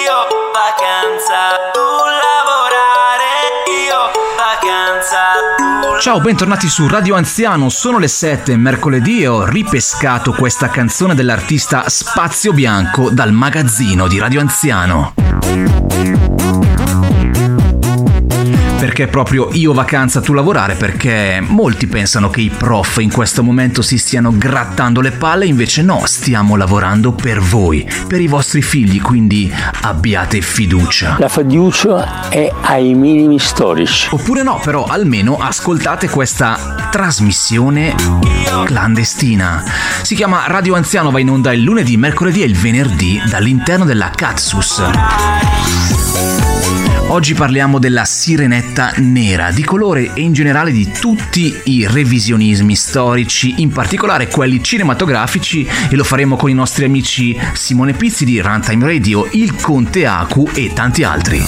io vacanza, tu lavorare, io vacanza, tu... Ciao, bentornati su Radio Anziano, sono le 7, mercoledì, e ho ripescato questa canzone dell'artista Spazio Bianco dal magazzino di Radio Anziano. Perché proprio io vacanza tu lavorare? Perché molti pensano che i prof in questo momento si stiano grattando le palle, invece no, stiamo lavorando per voi, per i vostri figli, quindi abbiate fiducia. La fiducia è ai minimi storici. Oppure no, però almeno ascoltate questa trasmissione clandestina. Si chiama Radio Anziano, va in onda il lunedì, mercoledì e il venerdì dall'interno della Katsus. Oggi parliamo della sirenetta nera, di colore e in generale di tutti i revisionismi storici, in particolare quelli cinematografici, e lo faremo con i nostri amici Simone Pizzi di Runtime Radio, il Conte Aku e tanti altri.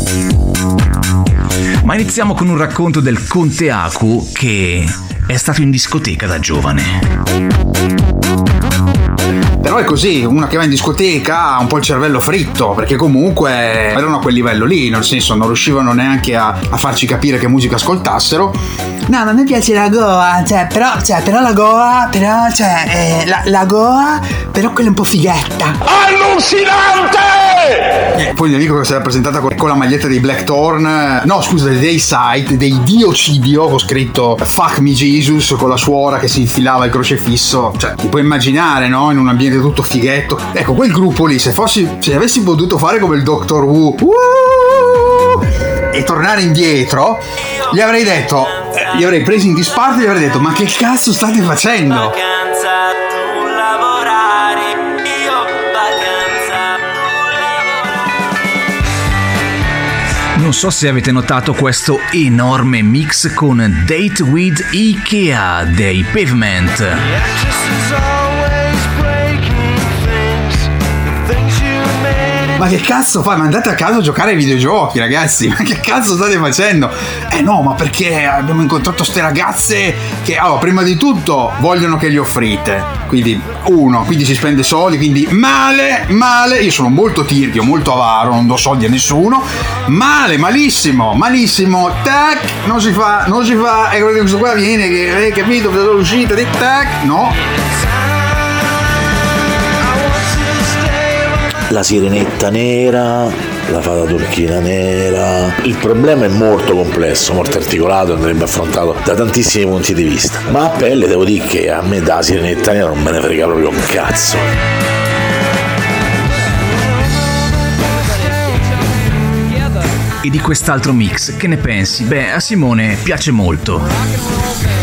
Ma iniziamo con un racconto del Conte Aku che è stato in discoteca da giovane. Però è così, una che va in discoteca ha un po' il cervello fritto, perché comunque erano a quel livello lì, nel senso non riuscivano neanche a farci capire che musica ascoltassero. No, ma a me piace la Goa, però la Goa, la Goa, però quella è un po' fighetta. Allucinante! Poi mi dico che si era presentata con la maglietta dei Blackthorn, no scusa, dei Sight, dei Diocidio, ho scritto Fuck Me Jesus, con la suora che si infilava il crocefisso, cioè ti puoi immaginare, no? In un ambiente tutto fighetto. Ecco, quel gruppo lì, se avessi potuto fare come il Doctor Who e tornare indietro, gli avrei detto, li avrei presi in disparte e gli avrei detto: ma che cazzo state facendo? Non so se avete notato questo enorme mix con Date with Ikea dei Pavement. Ma che cazzo fai? Ma andate a casa a giocare ai videogiochi, ragazzi. Ma che cazzo state facendo? No, ma perché abbiamo incontrato ste ragazze che, prima di tutto, vogliono che li offrite. Quindi, quindi si spende soldi, quindi male. Io sono molto tirchio, molto avaro, non do soldi a nessuno. Malissimo. Tac, non si fa. E questo qua viene, che hai capito, vedo l'uscita, tac, no. La sirenetta nera, la fata turchina nera. Il problema è molto complesso, molto articolato, andrebbe affrontato da tantissimi punti di vista. Ma a pelle devo dire che a me da sirenetta nera non me ne frega proprio un cazzo. E di quest'altro mix, che ne pensi? Beh, a Simone piace molto.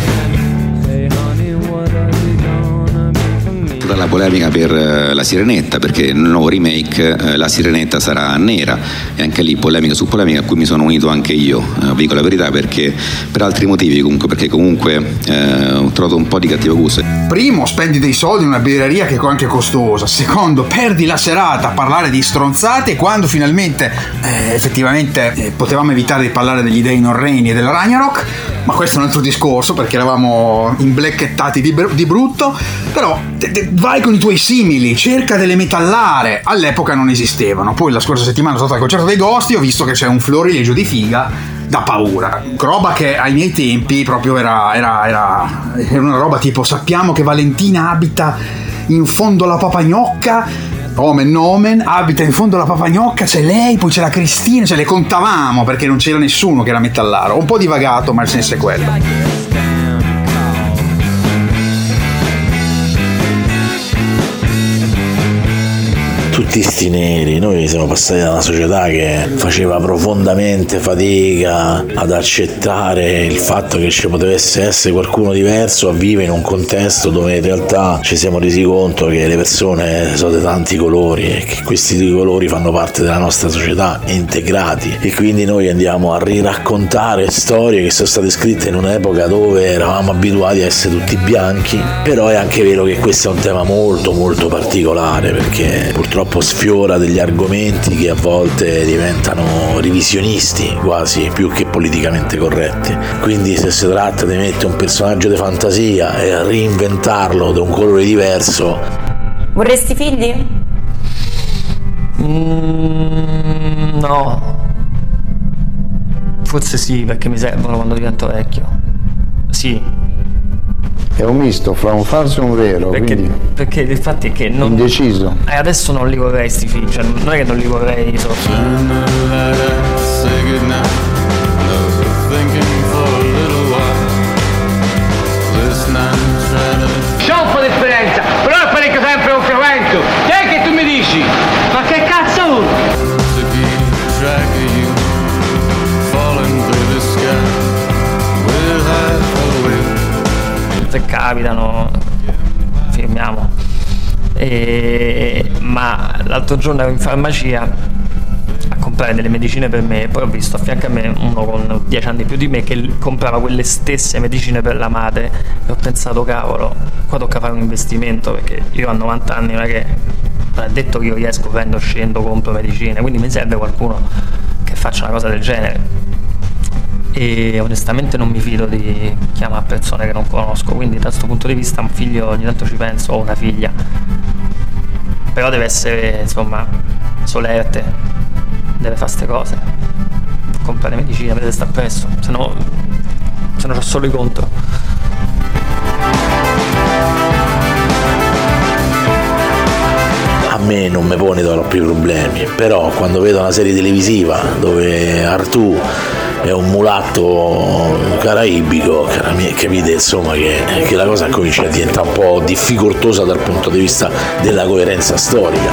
La polemica per la sirenetta, perché nel nuovo remake la sirenetta sarà nera, e anche lì polemica su polemica a cui mi sono unito anche io, vi dico la verità, perché per altri motivi, perché comunque ho trovato un po' di cattivo gusto. Primo, spendi dei soldi in una birreria che è anche costosa. Secondo, perdi la serata a parlare di stronzate quando finalmente effettivamente potevamo evitare di parlare degli dei norreni e della Ragnarok, ma questo è un altro discorso, perché eravamo imblecchettati di brutto. Però vai con i tuoi simili, cerca delle metallare. All'epoca non esistevano. Poi la scorsa settimana sono stato al concerto dei Ghost e ho visto che c'è un florilegio di figa da paura. Roba che ai miei tempi proprio era una roba tipo: sappiamo che Valentina abita in fondo alla Papagnocca, omen, abita in fondo alla Papagnocca, c'è lei, poi c'è la Cristina, le contavamo perché non c'era nessuno che era metallaro. Ho un po' divagato, ma il senso è quello. Tutti sti neri, noi siamo passati da una società che faceva profondamente fatica ad accettare il fatto che ci potesse essere qualcuno diverso a vivere in un contesto dove in realtà ci siamo resi conto che le persone sono di tanti colori e che questi colori fanno parte della nostra società integrati, e quindi noi andiamo a riraccontare storie che sono state scritte in un'epoca dove eravamo abituati a essere tutti bianchi. Però è anche vero che questo è un tema molto molto particolare, perché purtroppo sfiora degli argomenti che a volte diventano revisionisti quasi più che politicamente corretti. Quindi se si tratta di mettere un personaggio di fantasia e reinventarlo da un colore diverso. Vorresti figli? No. Forse sì, perché mi servono quando divento vecchio. Sì. È un misto fra un falso e un vero, perché il fatto è che non... indeciso. Adesso non li vorrei sti film, cioè non è che non li vorrei C'è un po' di differenza, però è parecchio sempre un frequento. Che tu mi dici? Ma che cazzo? Se capitano firmiamo. Ma l'altro giorno ero in farmacia a comprare delle medicine per me e poi ho visto a fianco a me uno con 10 anni più di me che comprava quelle stesse medicine per la madre e ho pensato, cavolo, qua tocca fare un investimento, perché io a 90 anni non è che non è detto che io riesco, prendo, scendo, compro medicine, quindi mi serve qualcuno che faccia una cosa del genere. E onestamente non mi fido di chiamare persone che non conosco, quindi da questo punto di vista un figlio ogni tanto ci penso, o una figlia, però deve essere, insomma, solerte, deve fare ste cose, comprare medicina, deve stare presso, se no c'ho solo i contro. A me non mi pone troppi problemi, però quando vedo una serie televisiva dove Artù è un mulatto caraibico, capite insomma che la cosa comincia a diventare un po' difficoltosa dal punto di vista della coerenza storica.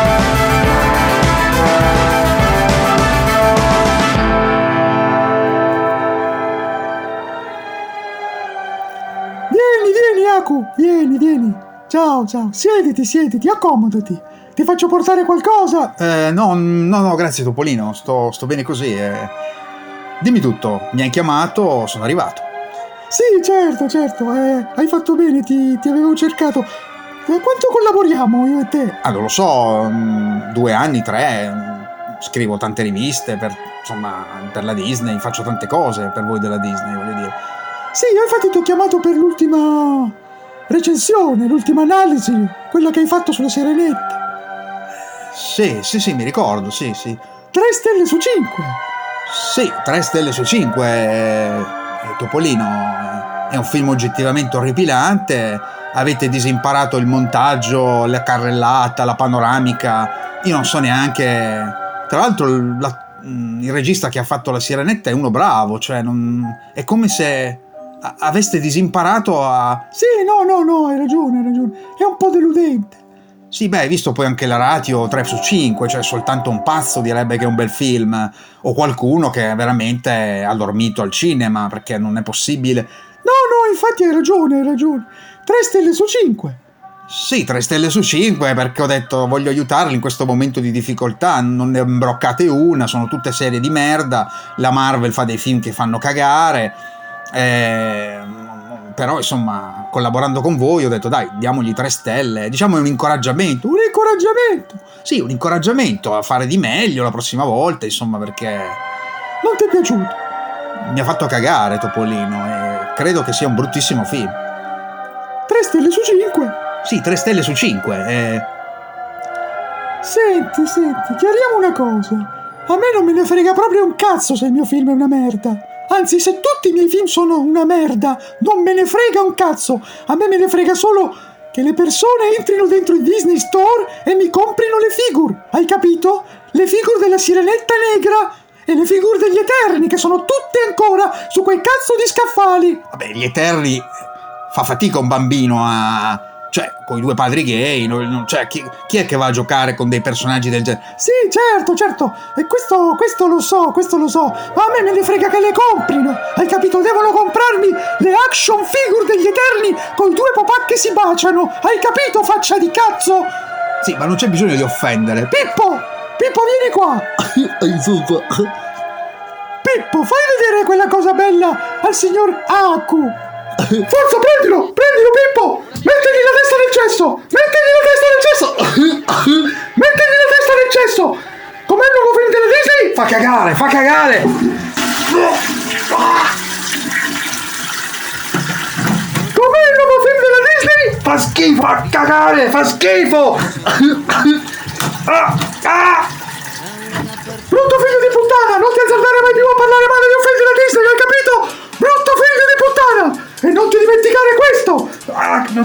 Vieni, Aku, vieni. Ciao, siediti, accomodati. Ti faccio portare qualcosa? No, grazie Topolino, sto bene così. Dimmi tutto, mi hai chiamato, sono arrivato. Sì, certo, hai fatto bene, ti avevo cercato. Quanto collaboriamo io e te? Non lo so, 2 anni, 3, scrivo tante riviste per la Disney, faccio tante cose per voi della Disney, voglio dire. Sì, io infatti ti ho chiamato per l'ultima recensione, l'ultima analisi, quella che hai fatto sulla Sirenetta. Sì, mi ricordo, sì. 3 stelle su 5. Sì, 3 stelle su 5. Topolino è un film oggettivamente orripilante. Avete disimparato il montaggio, la carrellata, la panoramica. Io non so neanche. Tra l'altro, il regista che ha fatto La Sirenetta è uno bravo, cioè è come se aveste disimparato a. Sì, no, hai ragione. È un po' deludente. Sì, hai visto poi anche la ratio 3 su 5, cioè soltanto un pazzo direbbe che è un bel film, o qualcuno che veramente ha dormito al cinema, perché non è possibile. No, infatti hai ragione. 3 stelle su 5. Sì, 3 stelle su 5, perché ho detto voglio aiutarli in questo momento di difficoltà, non ne imbroccate una, sono tutte serie di merda, la Marvel fa dei film che fanno cagare, però insomma collaborando con voi ho detto dai, diamogli 3 stelle, diciamo è un incoraggiamento. Sì, un incoraggiamento a fare di meglio la prossima volta, insomma, perché non ti è piaciuto? Mi ha fatto cagare Topolino e credo che sia un bruttissimo film. 3 stelle su 5? Sì, 3 stelle su 5. Senti, chiariamo una cosa, a me non me ne frega proprio un cazzo se il mio film è una merda. Anzi, se tutti i miei film sono una merda, non me ne frega un cazzo. A me ne frega solo che le persone entrino dentro il Disney Store e mi comprino le figure. Hai capito? Le figure della Sirenetta Negra e le figure degli Eterni, che sono tutte ancora su quei cazzo di scaffali. Vabbè, gli Eterni fa fatica un bambino a... Cioè, con i 2 padri gay, cioè, chi è che va a giocare con dei personaggi del genere? Sì, certo, e questo lo so, ma a me ne frega che le comprino, hai capito? Devono comprarmi le action figure degli Eterni con i 2 papà che si baciano, hai capito, faccia di cazzo? Sì, ma non c'è bisogno di offendere. Pippo, vieni qua! Pippo, fai vedere quella cosa bella al signor Aku! Forza, prendilo, Pippo! Mettigli la testa nel cesso! Com'è il nuovo film della Disney? Fa cagare! Com'è il nuovo film della Disney? Fa schifo, fa cagare, fa schifo!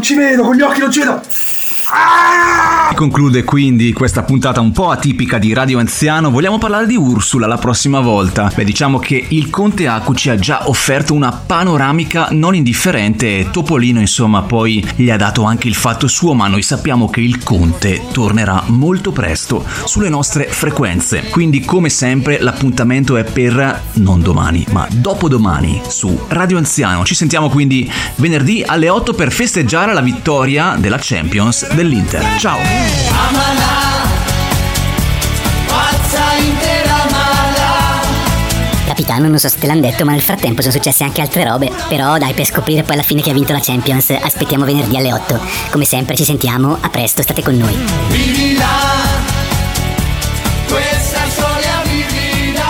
non ci vedo, con gli occhi non ci vedo. Conclude quindi questa puntata un po' atipica di Radio Anziano. Vogliamo parlare di Ursula la prossima volta? Beh, diciamo che il Conte Aku ci ha già offerto una panoramica non indifferente e Topolino insomma poi gli ha dato anche il fatto suo, ma noi sappiamo che il Conte tornerà molto presto sulle nostre frequenze. Quindi come sempre l'appuntamento è per non domani ma dopodomani su Radio Anziano. Ci sentiamo quindi venerdì alle 8 per festeggiare la vittoria della Champions dell'Inter. Ciao! Capitano, non so se te l'hanno detto, ma nel frattempo sono successe anche altre robe. Però dai, per scoprire poi alla fine chi ha vinto la Champions, aspettiamo venerdì alle 8. Come sempre ci sentiamo, a presto, state con noi. Vivila, questa storia vivila,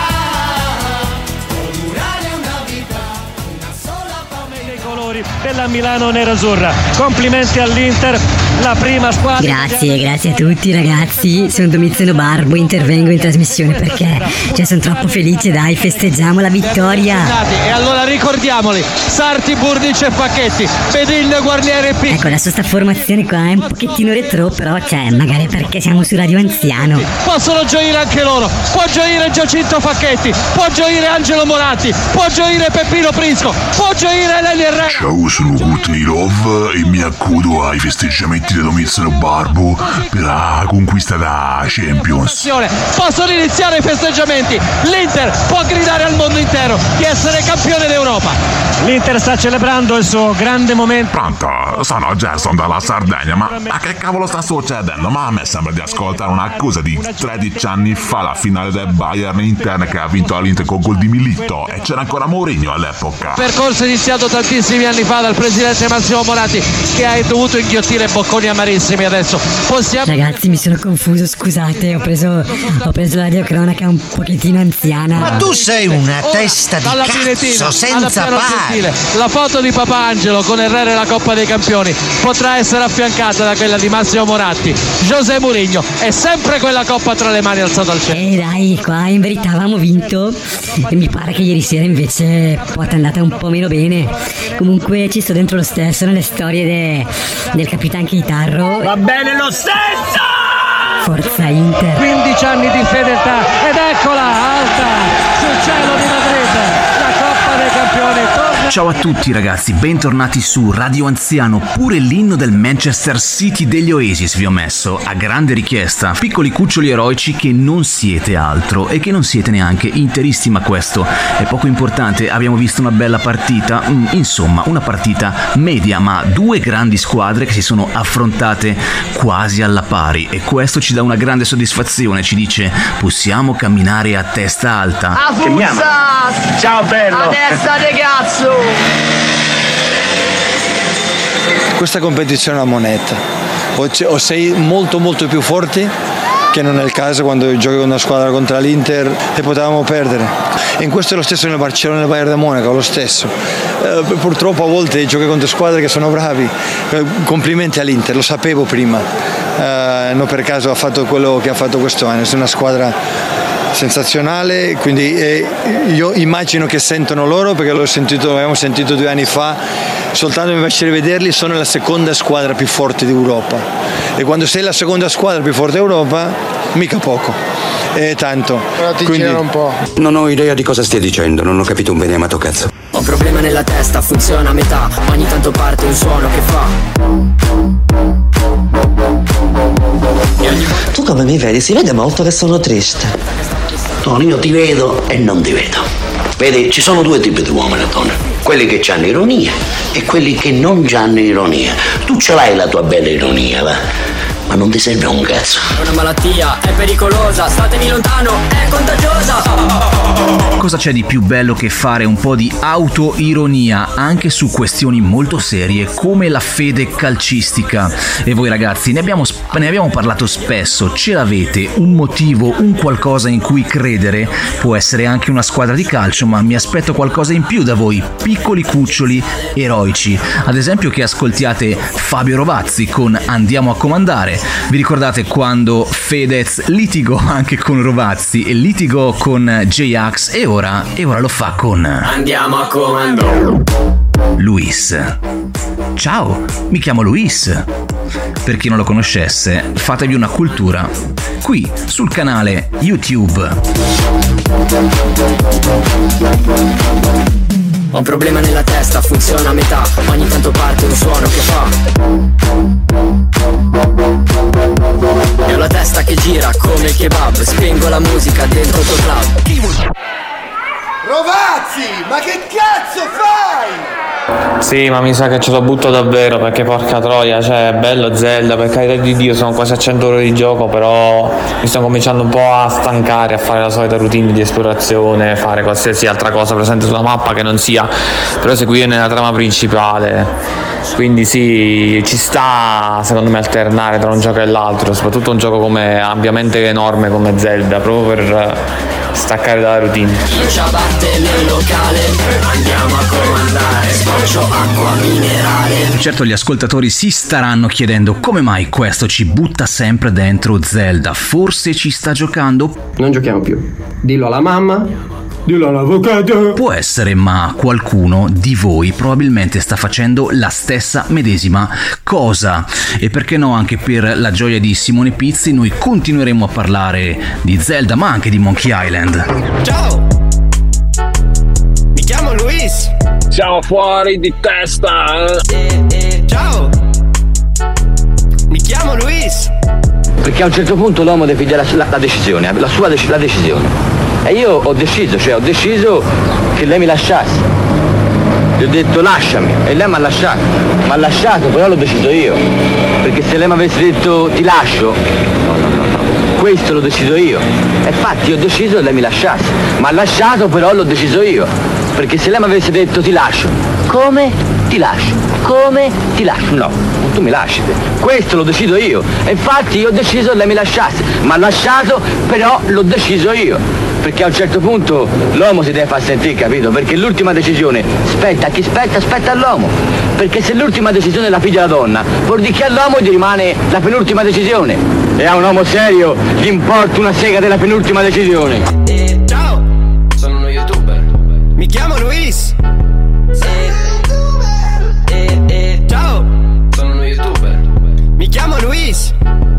può durare una vita, una sola fame dei colori della Milano Nerazzurra. Complimenti all'Inter, la prima squadra. Grazie a tutti ragazzi, sono Domiziano Barbo, intervengo in trasmissione perché sono troppo felice, dai, festeggiamo la vittoria. E allora ricordiamoli: Sarti, Burdic e Facchetti, Bedin, Guarnieri e P. Ecco, adesso sta formazione qua è un pochettino retro, però magari perché siamo su Radio Anziano. Possono gioire anche loro, può gioire Giacinto Facchetti, può gioire Angelo Moratti, può gioire Peppino Prisco, può gioire Eleni Herrera. Ciao, sono Kurtnirov e mi accodo ai festeggiamenti di Domiziano Barbo per la conquista da Champions. Possono iniziare i festeggiamenti, l'Inter può gridare al mondo intero di essere campione d'Europa. L'Inter sta celebrando il suo grande momento. Pronto, sono Jason dalla Sardegna, ma che cavolo sta succedendo? Ma a me sembra di ascoltare un'accusa di 13 anni fa, la finale del Bayern Inter che ha vinto l'Inter con gol di Milito e c'era ancora Mourinho all'epoca. Percorso iniziato tantissimi anni fa dal presidente Massimo Moratti, che ha dovuto inghiottire bocconi amarissimi. Adesso possiamo... Ragazzi, mi sono confuso, scusate, ho preso la radiocronaca un pochettino anziana. Ma tu sei una testa di cazzo senza pari. La foto di Papa Angelo con Herrera e la Coppa dei Campioni potrà essere affiancata da quella di Massimo Moratti. José Mourinho è sempre quella coppa tra le mani alzata al cielo. Dai, qua in verità avevamo vinto e mi pare che ieri sera invece è andata un po' meno bene. Comunque ci sto dentro lo stesso nelle storie del Capitan Chitarro. Va bene lo stesso! Forza Inter. 15 anni di fedeltà ed eccola alta sul cielo di Madrid, la Coppa dei Campioni. Ciao a tutti ragazzi, bentornati su Radio Anziano. Pure l'inno del Manchester City degli Oasis vi ho messo, a grande richiesta. Piccoli cuccioli eroici che non siete altro e che non siete neanche interisti, ma questo è poco importante. Abbiamo visto una bella partita, insomma una partita media, ma due grandi squadre che si sono affrontate quasi alla pari e questo ci dà una grande soddisfazione, ci dice possiamo camminare a testa alta. Ciao bello! A testa di cazzo! Questa competizione è una moneta, o sei molto molto più forti, che non è il caso quando giochi con una squadra contro l'Inter e potevamo perdere. E in questo è lo stesso nel Barcellona e nel Bayern di Monaco, lo stesso. Purtroppo a volte giochi contro squadre che sono bravi. Complimenti all'Inter, lo sapevo prima, non per caso ha fatto quello che ha fatto questo anno, è una squadra sensazionale, quindi io immagino che sentono loro, perché l'abbiamo sentito 2 anni fa, soltanto mi piace vederli, sono la seconda squadra più forte d'Europa e quando sei la seconda squadra più forte d'Europa mica poco, è tanto. Però ti girano un po'. Non ho idea di cosa stia dicendo, non ho capito un bene amato cazzo. Ho problema nella testa, funziona a metà, ogni tanto parte un suono che fa. Tu come mi vedi? Si vede molto che sono triste. Tony, io ti vedo e non ti vedo. Vedi, ci sono 2 tipi di uomini, Tony. Quelli che hanno ironia e quelli che non hanno ironia. Tu ce l'hai la tua bella ironia, va? Ma non ti serve un cazzo. È una malattia, è pericolosa, statemi lontano, è contagiosa. Cosa c'è di più bello che fare un po' di autoironia anche su questioni molto serie come la fede calcistica? E voi ragazzi, ne abbiamo parlato spesso, ce l'avete un motivo, un qualcosa in cui credere? Può essere anche una squadra di calcio, ma mi aspetto qualcosa in più da voi, piccoli cuccioli eroici. Ad esempio che ascoltiate Fabio Rovazzi con Andiamo a comandare. Vi ricordate quando Fedez litigò anche con Rovazzi e litigò con J-Ax e ora lo fa con Andiamo a comandare. Luis. Ciao, mi chiamo Luis. Per chi non lo conoscesse, fatevi una cultura qui sul canale YouTube. Ho un problema nella testa, funziona a metà. Ogni tanto parte un suono che fa. E ho la testa che gira come il kebab. Spengo la musica dentro il tuo club. Rovazzi, ma che cazzo fai? Sì, ma mi sa che ce lo butto davvero, perché porca troia, cioè, bello Zelda, per carità di Dio, sono quasi a 100 ore di gioco, però mi sto cominciando un po' a stancare, a fare la solita routine di esplorazione, fare qualsiasi altra cosa presente sulla mappa che non sia però seguire nella trama principale. Quindi sì, ci sta secondo me alternare tra un gioco e l'altro, soprattutto un gioco come ampiamente enorme come Zelda, proprio per staccare dalla routine. Ciabatte nel locale, andiamo a comandare, sboccio acqua minerale. Certo, gli ascoltatori si staranno chiedendo come mai questo ci butta sempre dentro Zelda. Forse ci sta giocando? Non giochiamo più. Dillo alla mamma. Dillo all'avvocato. Può essere, ma qualcuno di voi probabilmente sta facendo la stessa medesima cosa. E perché no, anche per la gioia di Simone Pizzi, noi continueremo a parlare di Zelda, ma anche di Monkey Island. Ciao! Mi chiamo Luis. Siamo fuori di testa. Ciao! Mi chiamo Luis. Perché a un certo punto l'uomo deve prendere la decisione, la decisione. E io ho deciso che lei mi lasciasse. Gli ho detto lasciami e lei mi ha lasciato. Mi ha lasciato, però l'ho deciso io. Perché se lei mi avesse detto ti lascio, questo l'ho deciso io. E infatti ho deciso che lei mi lasciasse. Mi ha lasciato, però l'ho deciso io. Perché se lei mi avesse detto ti lascio, come ti lascio? Come ti lascio? No, tu mi lasci te. Questo lo decido io. E infatti io ho deciso che lei mi lasciasse. Mi ha lasciato, però l'ho deciso io. Perché a un certo punto l'uomo si deve far sentire, capito? Perché l'ultima decisione spetta a chi spetta all'uomo. Perché se l'ultima decisione la piglia la donna, vuol dire che all'uomo gli rimane la penultima decisione. E a un uomo serio gli importa una sega della penultima decisione. Ciao! Sono uno youtuber. Mi chiamo Luis. Ciao! Sono uno youtuber. Mi chiamo Luis.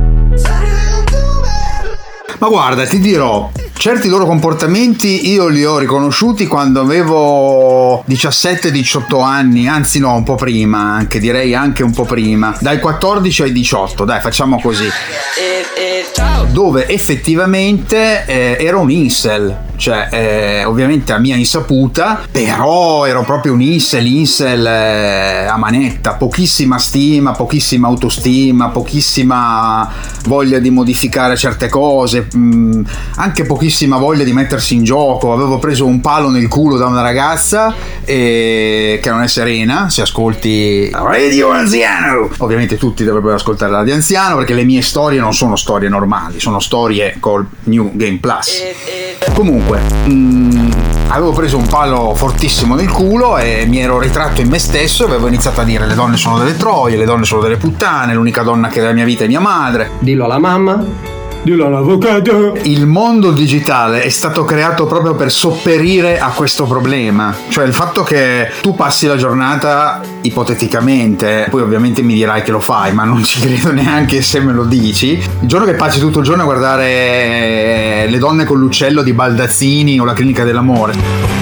Ma guarda, ti dirò, certi loro comportamenti io li ho riconosciuti quando avevo 17-18 anni, anzi no, un po' prima, anche direi anche un po' prima, dai 14 ai 18, dai, facciamo così. Dove effettivamente ero un incel, cioè ovviamente a mia insaputa, però ero proprio un incel a manetta, pochissima stima, pochissima autostima, pochissima voglia di modificare certe cose, anche pochissima voglia di mettersi in gioco. Avevo preso un palo nel culo da una ragazza che non è Serena, se ascolti Radio Anziano. Ovviamente tutti dovrebbero ascoltare Radio Anziano, perché le mie storie non sono storie normali, sono storie col New Game Plus. Comunque avevo preso un palo fortissimo nel culo e mi ero ritratto in me stesso e avevo iniziato a dire: le donne sono delle troie, le donne sono delle puttane, l'unica donna che è la mia vita è mia madre. Dillo alla mamma. Dillo all'avvocato. Il mondo digitale è stato creato proprio per sopperire a questo problema, cioè il fatto che tu passi la giornata, ipoteticamente, poi ovviamente mi dirai che lo fai, ma non ci credo neanche se me lo dici, il giorno che passi tutto il giorno a guardare Le donne con l'uccello di Baldazzini o La clinica dell'amore.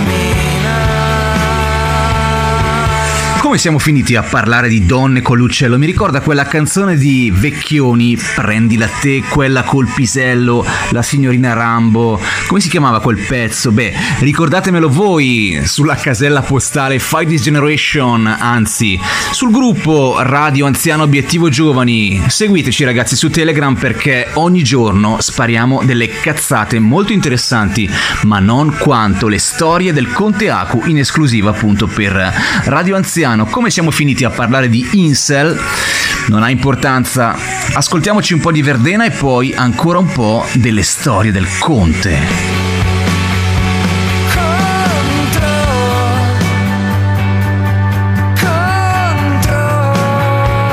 Come siamo finiti a parlare di donne con l'uccello? Mi ricorda quella canzone di Vecchioni, Prendila te, quella col pisello, la signorina Rambo. Come si chiamava quel pezzo? Beh, ricordatemelo voi sulla casella postale Fight This Generation, anzi sul gruppo Radio Anziano Obiettivo Giovani. Seguiteci ragazzi su Telegram, perché ogni giorno spariamo delle cazzate molto interessanti, ma non quanto le storie del Conte Aku, in esclusiva appunto per Radio Anziano. Come siamo finiti a parlare di incel? Non ha importanza, ascoltiamoci un po' di Verdena e poi ancora un po' delle storie del Conte.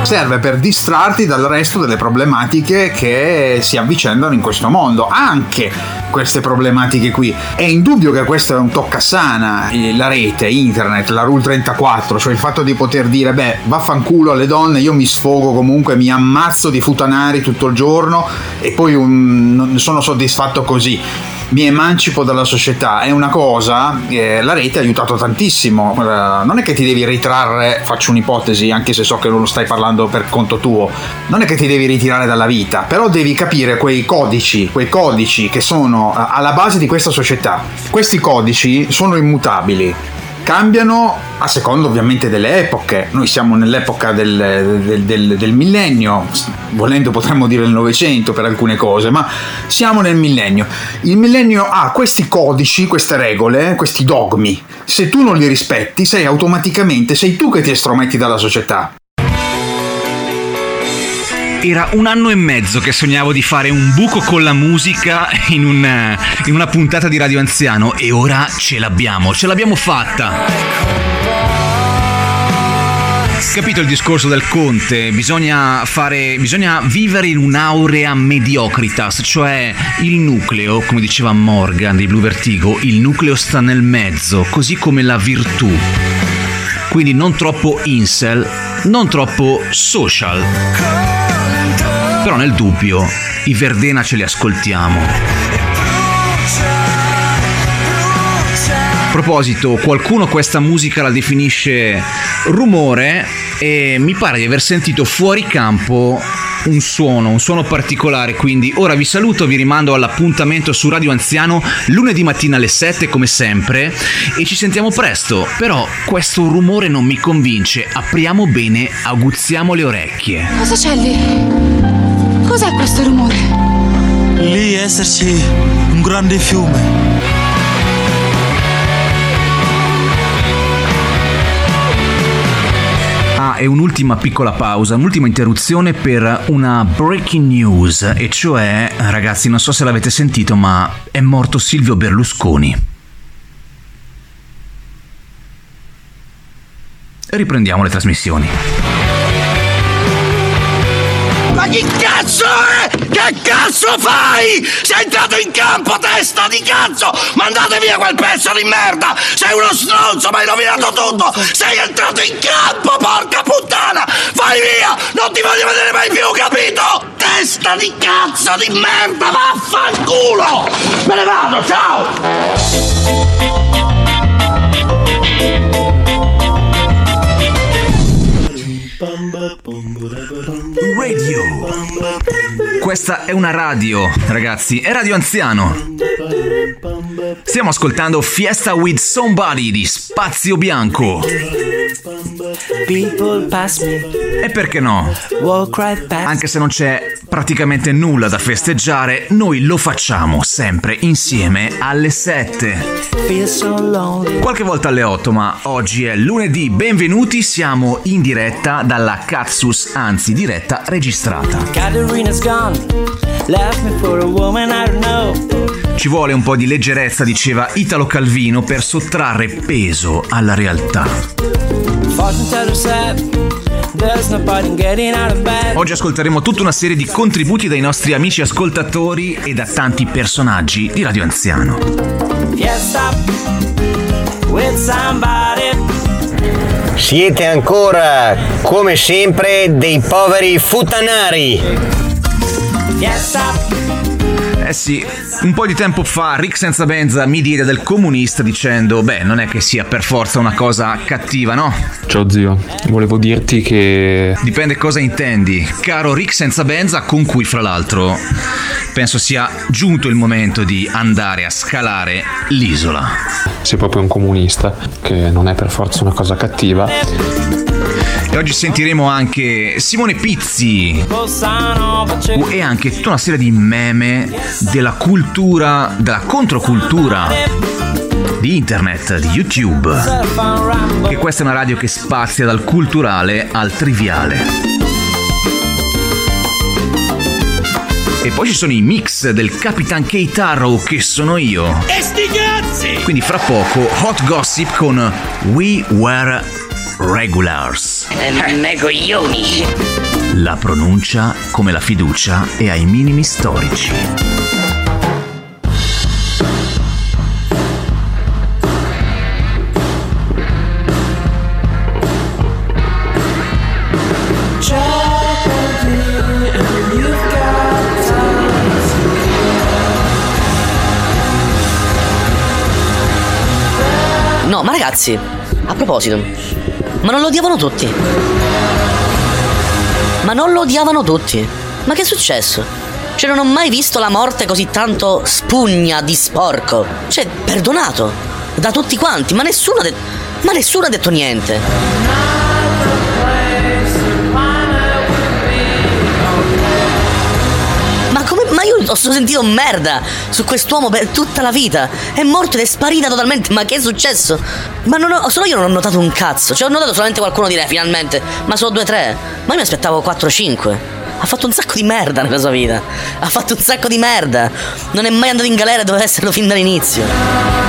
serve per distrarti dal resto delle problematiche che si avvicendano in questo mondo, anche queste problematiche qui. È indubbio che questo è un toccasana, la rete, internet, la Rule 34, cioè il fatto di poter dire beh, vaffanculo alle donne, io mi sfogo comunque, mi ammazzo di futanari tutto il giorno e poi sono soddisfatto così, mi emancipo dalla società. È una cosa, la rete ha aiutato tantissimo, non è che ti devi ritrarre, faccio un'ipotesi anche se so che non lo stai parlando per conto tuo, non è che ti devi ritirare dalla vita, però devi capire quei codici che sono alla base di questa società. Questi codici sono immutabili, cambiano a seconda ovviamente delle epoche. Noi siamo nell'epoca del millennio, volendo potremmo dire il Novecento per alcune cose, ma siamo nel millennio. Il millennio ha questi codici, queste regole, questi dogmi. Se tu non li rispetti, sei tu che ti estrometti dalla società. Era 1 anno e mezzo che sognavo di fare un buco con la musica in una puntata di Radio Anziano e ora ce l'abbiamo fatta. Capito il discorso del Conte? Bisogna vivere in un'aurea mediocritas, cioè il nucleo, come diceva Morgan di Blue Vertigo, il nucleo sta nel mezzo, così come la virtù. Quindi non troppo incel, non troppo social. Però nel dubbio i Verdena ce li ascoltiamo. A proposito, qualcuno questa musica la definisce rumore e mi pare di aver sentito fuori campo un suono particolare, quindi ora vi saluto, vi rimando all'appuntamento su Radio Anziano lunedì mattina alle 7 come sempre e ci sentiamo presto. Però questo rumore non mi convince, apriamo bene, aguzziamo le orecchie. Cosa c'è lì? Cos'è questo rumore? Lì esserci un grande fiume. E un'ultima piccola pausa, un'ultima interruzione per una breaking news, e cioè, ragazzi, non so se l'avete sentito, ma è morto Silvio Berlusconi. Riprendiamo le trasmissioni. Ma chi cazzo è? Che cazzo fai? Sei entrato in campo, testa di cazzo! Mandate via quel pezzo di merda! Sei uno stronzo, mi hai rovinato tutto! Sei entrato in campo, porca puttana! Vai via! Non ti voglio vedere mai più, capito? Testa di cazzo di merda, vaffanculo! Me ne vado, ciao! Radio. Questa è una radio, ragazzi, è Radio Anziano. Stiamo ascoltando Fiesta with Somebody di Spazio Bianco. E perché no? Anche se non c'è praticamente nulla da festeggiare, noi lo facciamo sempre insieme alle 7. Qualche volta alle 8, ma oggi è lunedì. Benvenuti, siamo in diretta dalla Katsus, anzi diretta registrata. Ci vuole un po' di leggerezza, diceva Italo Calvino, per sottrarre peso alla realtà. Oggi ascolteremo tutta una serie di contributi dai nostri amici ascoltatori e da tanti personaggi di Radio Anziano. Siete ancora, come sempre, dei poveri futanari. Eh sì, un po' di tempo fa Rick Senza Benza mi diede del comunista dicendo beh, non è che sia per forza una cosa cattiva, no? Ciao zio, volevo dirti che... Dipende cosa intendi, caro Rick Senza Benza, con cui fra l'altro penso sia giunto il momento di andare a scalare l'isola. Sei proprio un comunista, che non è per forza una cosa cattiva. E oggi sentiremo anche Simone Pizzi e anche tutta una serie di meme della cultura, della controcultura di internet, di YouTube. E questa è una radio che spazia dal culturale al triviale. E poi ci sono i mix del Capitan K-Tarrow, che sono io. E sti cazzi! Quindi fra poco Hot Gossip con We Were Regulars. me coglioni. La pronuncia come la fiducia e ai minimi storici. No, ma ragazzi, a proposito, ma non lo odiavano tutti? Ma non lo odiavano tutti? Ma che è successo? Cioè, non ho mai visto la morte così tanto spugna di sporco. Cioè, perdonato da tutti quanti, ma nessuno ha detto niente. Ma io ho sentito merda su quest'uomo per tutta la vita. È morto ed è sparita totalmente. Ma che è successo? Ma solo io non ho notato un cazzo. Cioè, ho notato solamente qualcuno dire finalmente, ma solo 2-3. Ma io mi aspettavo 4-5. Ha fatto un sacco di merda nella sua vita. Ha fatto un sacco di merda. Non è mai andato in galera, doveva esserlo fin dall'inizio.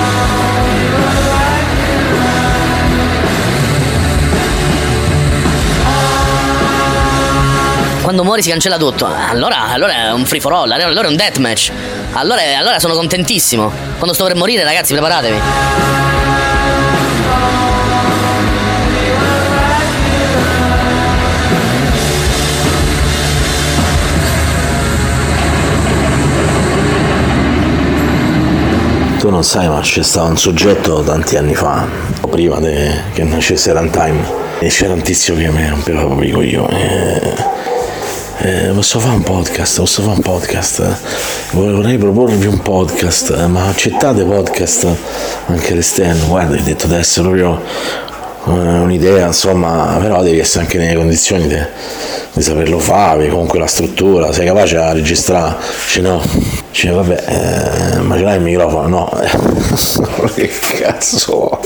Quando muori si cancella tutto. Allora è un free for all, allora è un deathmatch. Allora sono contentissimo. Quando sto per morire, ragazzi, preparatevi. Tu non sai, ma c'è stato un soggetto tanti anni fa, prima che nascesse Runtime, e c'era un tizio che mi rompeva proprio i coglioni. Posso fare un podcast? Vorrei proporvi un podcast, ma accettate podcast anche all'esterno? Guarda, ho detto deve essere proprio un'idea, insomma, però devi essere anche nelle condizioni di saperlo fare, comunque la struttura, sei capace a registrare? No. Vabbè, ma ce l'hai il microfono? No. Che cazzo?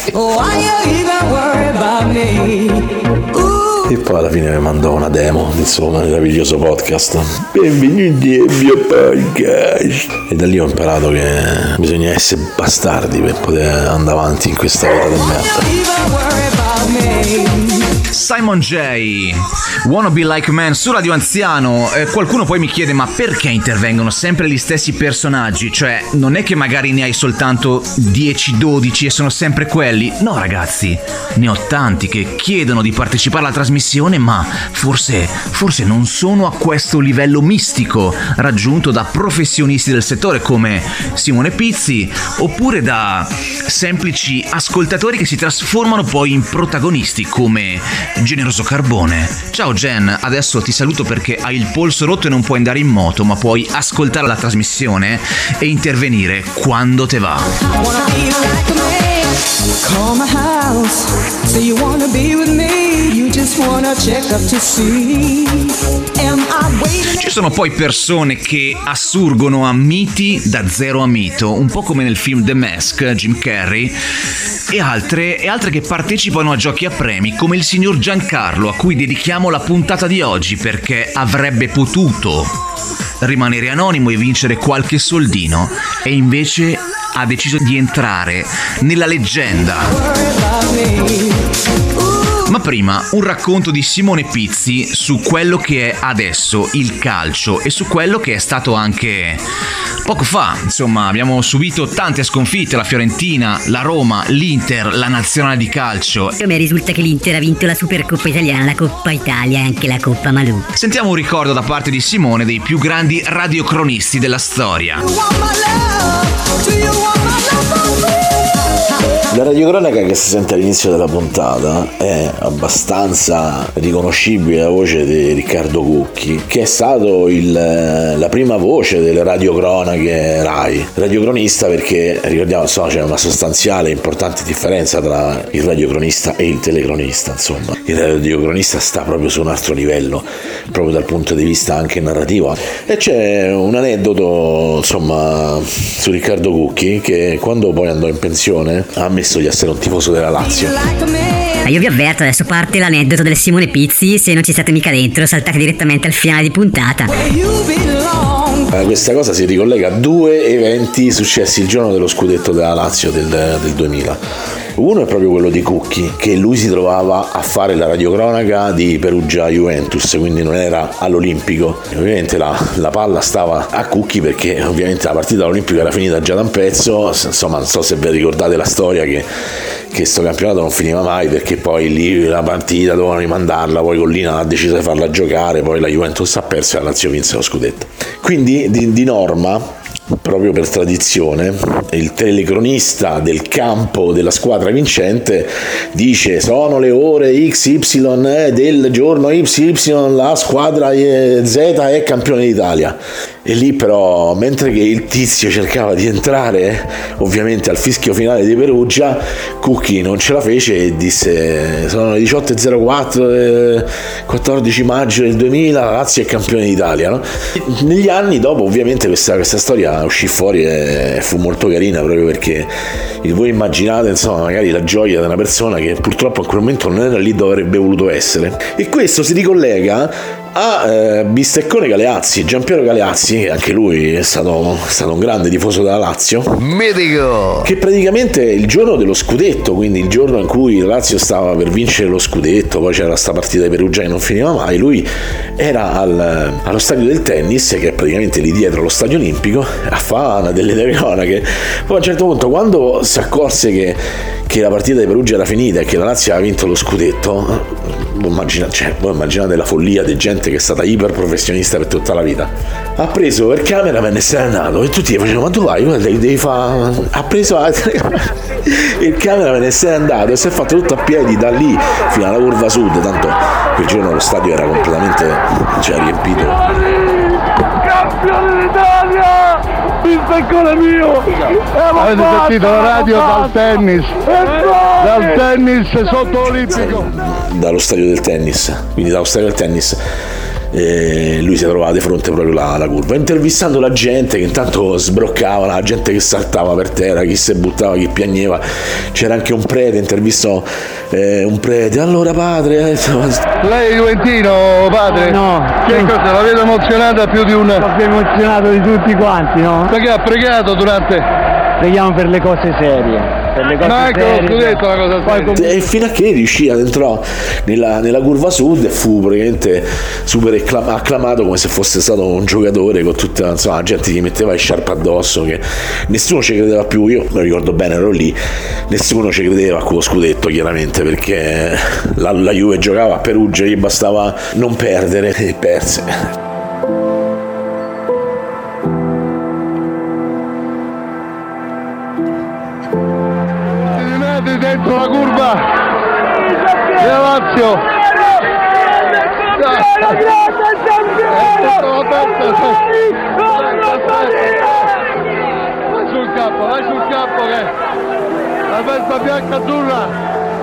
E poi alla fine mi mandò una demo del suo meraviglioso podcast. Benvenuti al mio podcast. E da lì ho imparato che bisogna essere bastardi per poter andare avanti in questa vita del merda. Simon J, Wanna Be Like Man su Radio Anziano. Qualcuno poi mi chiede: ma perché intervengono sempre gli stessi personaggi? Cioè, non è che magari ne hai soltanto 10-12 e sono sempre quelli? No, ragazzi, ne ho tanti che chiedono di partecipare alla trasmissione, ma forse non sono a questo livello mistico raggiunto da professionisti del settore come Simone Pizzi, oppure da semplici ascoltatori che si trasformano poi in protagonisti come Generoso Carbone. Ciao Gen, adesso ti saluto perché hai il polso rotto e non puoi andare in moto, ma puoi ascoltare la trasmissione e intervenire quando te va. Call my house, say you wanna be with me, you just wanna check up to see. Am I waiting? Ci sono poi persone che assurgono a miti da zero a mito, un po' come nel film The Mask, Jim Carrey, e altre che partecipano a giochi a premi, come il signor Giancarlo, a cui dedichiamo la puntata di oggi perché avrebbe potuto rimanere anonimo e vincere qualche soldino, e invece ha deciso di entrare nella leggenda. Ma prima un racconto di Simone Pizzi su quello che è adesso il calcio e su quello che è stato anche poco fa. Insomma, abbiamo subito tante sconfitte: la Fiorentina, la Roma, l'Inter, la nazionale di calcio. A me risulta che l'Inter ha vinto la Supercoppa Italiana, la Coppa Italia e anche la Coppa Malù. Sentiamo un ricordo da parte di Simone dei più grandi radiocronisti della storia. La radiocronaca che si sente all'inizio della puntata è abbastanza riconoscibile la voce di Riccardo Cucchi, che è stato la prima voce delle radiocronache Rai. Radiocronista perché, ricordiamo, c'è una sostanziale importante differenza tra il radiocronista e il telecronista. Insomma, il radiocronista sta proprio su un altro livello, proprio dal punto di vista anche narrativo. E c'è un aneddoto, insomma, su Riccardo Cucchi, che quando poi andò in pensione ha ammesso di essere un tifoso della Lazio. Io vi avverto, adesso parte l'aneddoto del Simone Pizzi. Se non ci state mica dentro, saltate direttamente al finale di puntata. Questa cosa si ricollega a due eventi successi il giorno dello scudetto della Lazio del 2000. Uno è proprio quello di Cucchi, che lui si trovava a fare la radiocronaca di Perugia-Juventus, quindi non era all'Olimpico. Ovviamente la palla stava a Cucchi, perché ovviamente la partita all'Olimpico era finita già da un pezzo. Insomma, non so se vi ricordate la storia che sto campionato non finiva mai, perché poi lì la partita dovevano rimandarla, poi Collina ha deciso di farla giocare, poi la Juventus ha perso e la Lazio vinse lo scudetto. Quindi di norma, proprio per tradizione, il telecronista del campo della squadra vincente dice: sono le ore XY del giorno YY, la squadra Z è campione d'Italia. E lì però, mentre che il tizio cercava di entrare ovviamente al fischio finale di Perugia, Cucchi non ce la fece e disse: sono le 18.04 14 maggio del 2000, la Lazio è campione d'Italia, no? Negli anni dopo ovviamente questa storia uscì fuori e fu molto carina, proprio perché voi immaginate, insomma, magari la gioia di una persona che purtroppo in quel momento non era lì dove avrebbe voluto essere. E questo si ricollega a Bisteccone Galeazzi, Giampiero Galeazzi, che anche lui è stato un grande tifoso della Lazio, mitico, che praticamente il giorno dello scudetto, quindi il giorno in cui la Lazio stava per vincere lo scudetto, poi c'era sta partita di Perugia che non finiva mai, lui era allo stadio del tennis, che è praticamente lì dietro allo stadio olimpico, a fare una delle telecronache. Poi a un certo punto, quando si accorse che la partita di Perugia era finita e che la Lazio aveva vinto lo scudetto, voi immaginate la follia di gente che è stata iper professionista per tutta la vita. Ha preso il cameraman e se n'è andato, e tutti gli facevano: ma tu vai, devi fare. Ha preso il cameraman e se n'è andato, e si è fatto tutto a piedi da lì fino alla curva sud. Tanto quel giorno lo stadio era completamente riempito. Campione d'Italia! Il peccone mio! Avete sentito la radio dal tennis sotto Olimpico? Dallo stadio del tennis, quindi dallo stadio del tennis. Lui si trovava di fronte proprio alla curva, intervistando la gente che intanto sbroccava, la gente che saltava per terra, chi si buttava, chi piagneva. C'era anche un prete, intervistò un prete: allora padre, lei è juventino, padre? No. Che cosa, la vedo emozionata più di un... Sono più emozionato di tutti quanti, no? Perché ha pregato durante... Preghiamo per le cose serie. Ma ecco lo scudetto, una cosa seria. E fino a che riuscì, entrò nella curva sud e fu praticamente super acclamato, come se fosse stato un giocatore, con tutta, insomma, la gente gli metteva le sciarpe addosso, che nessuno ci credeva più. Io me lo ricordo bene, ero lì, nessuno ci credeva a quello scudetto, chiaramente, perché la Juve giocava a Perugia, gli bastava non perdere, e perse. Dentro la curva della Lazio, vai sul campo che la Vespa bianca azzurra.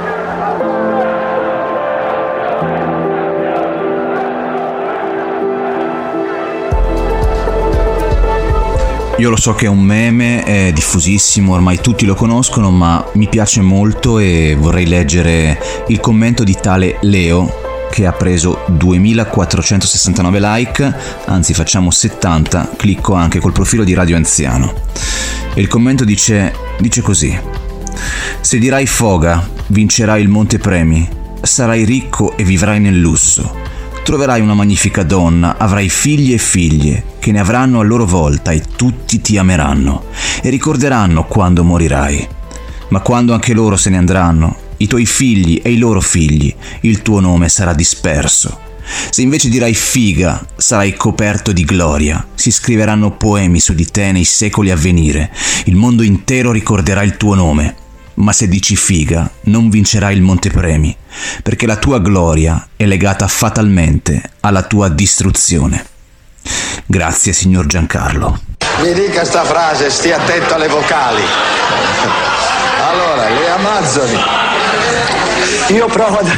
Io lo so che è un meme, è diffusissimo, ormai tutti lo conoscono, ma mi piace molto e vorrei leggere il commento di tale Leo, che ha preso 2469 like, anzi facciamo 70, clicco anche col profilo di Radio Anziano. E il commento dice così: se dirai foga, vincerai il montepremi, sarai ricco e vivrai nel lusso. Troverai una magnifica donna, avrai figli e figlie, che ne avranno a loro volta e tutti ti ameranno e ricorderanno quando morirai. Ma quando anche loro se ne andranno, i tuoi figli e i loro figli, il tuo nome sarà disperso. Se invece dirai figa, sarai coperto di gloria, si scriveranno poemi su di te nei secoli a venire, il mondo intero ricorderà il tuo nome. Ma se dici figa, non vincerai il montepremi, perché la tua gloria è legata fatalmente alla tua distruzione. Grazie, signor Giancarlo. Mi dica sta frase, stia attento alle vocali. Allora, le Amazzoni. Io provo ad...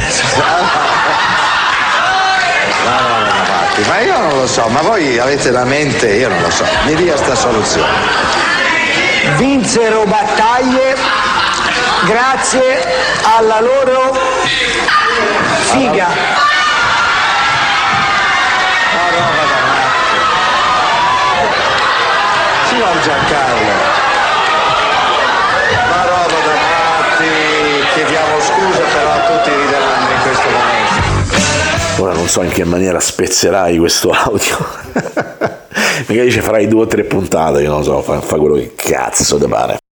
Ma io non lo so, ma voi avete la mente, io non lo so. Mi dia sta soluzione. Vinsero battaglie grazie alla loro figa. Signor Giancarlo, ma roba da matti. chiediamo scusa, però tutti rideranno in questo momento. Ora non so in che maniera spezzerai questo audio. Magari ci farai 2 o 3 puntate, che non so, fa quello che cazzo ti pare.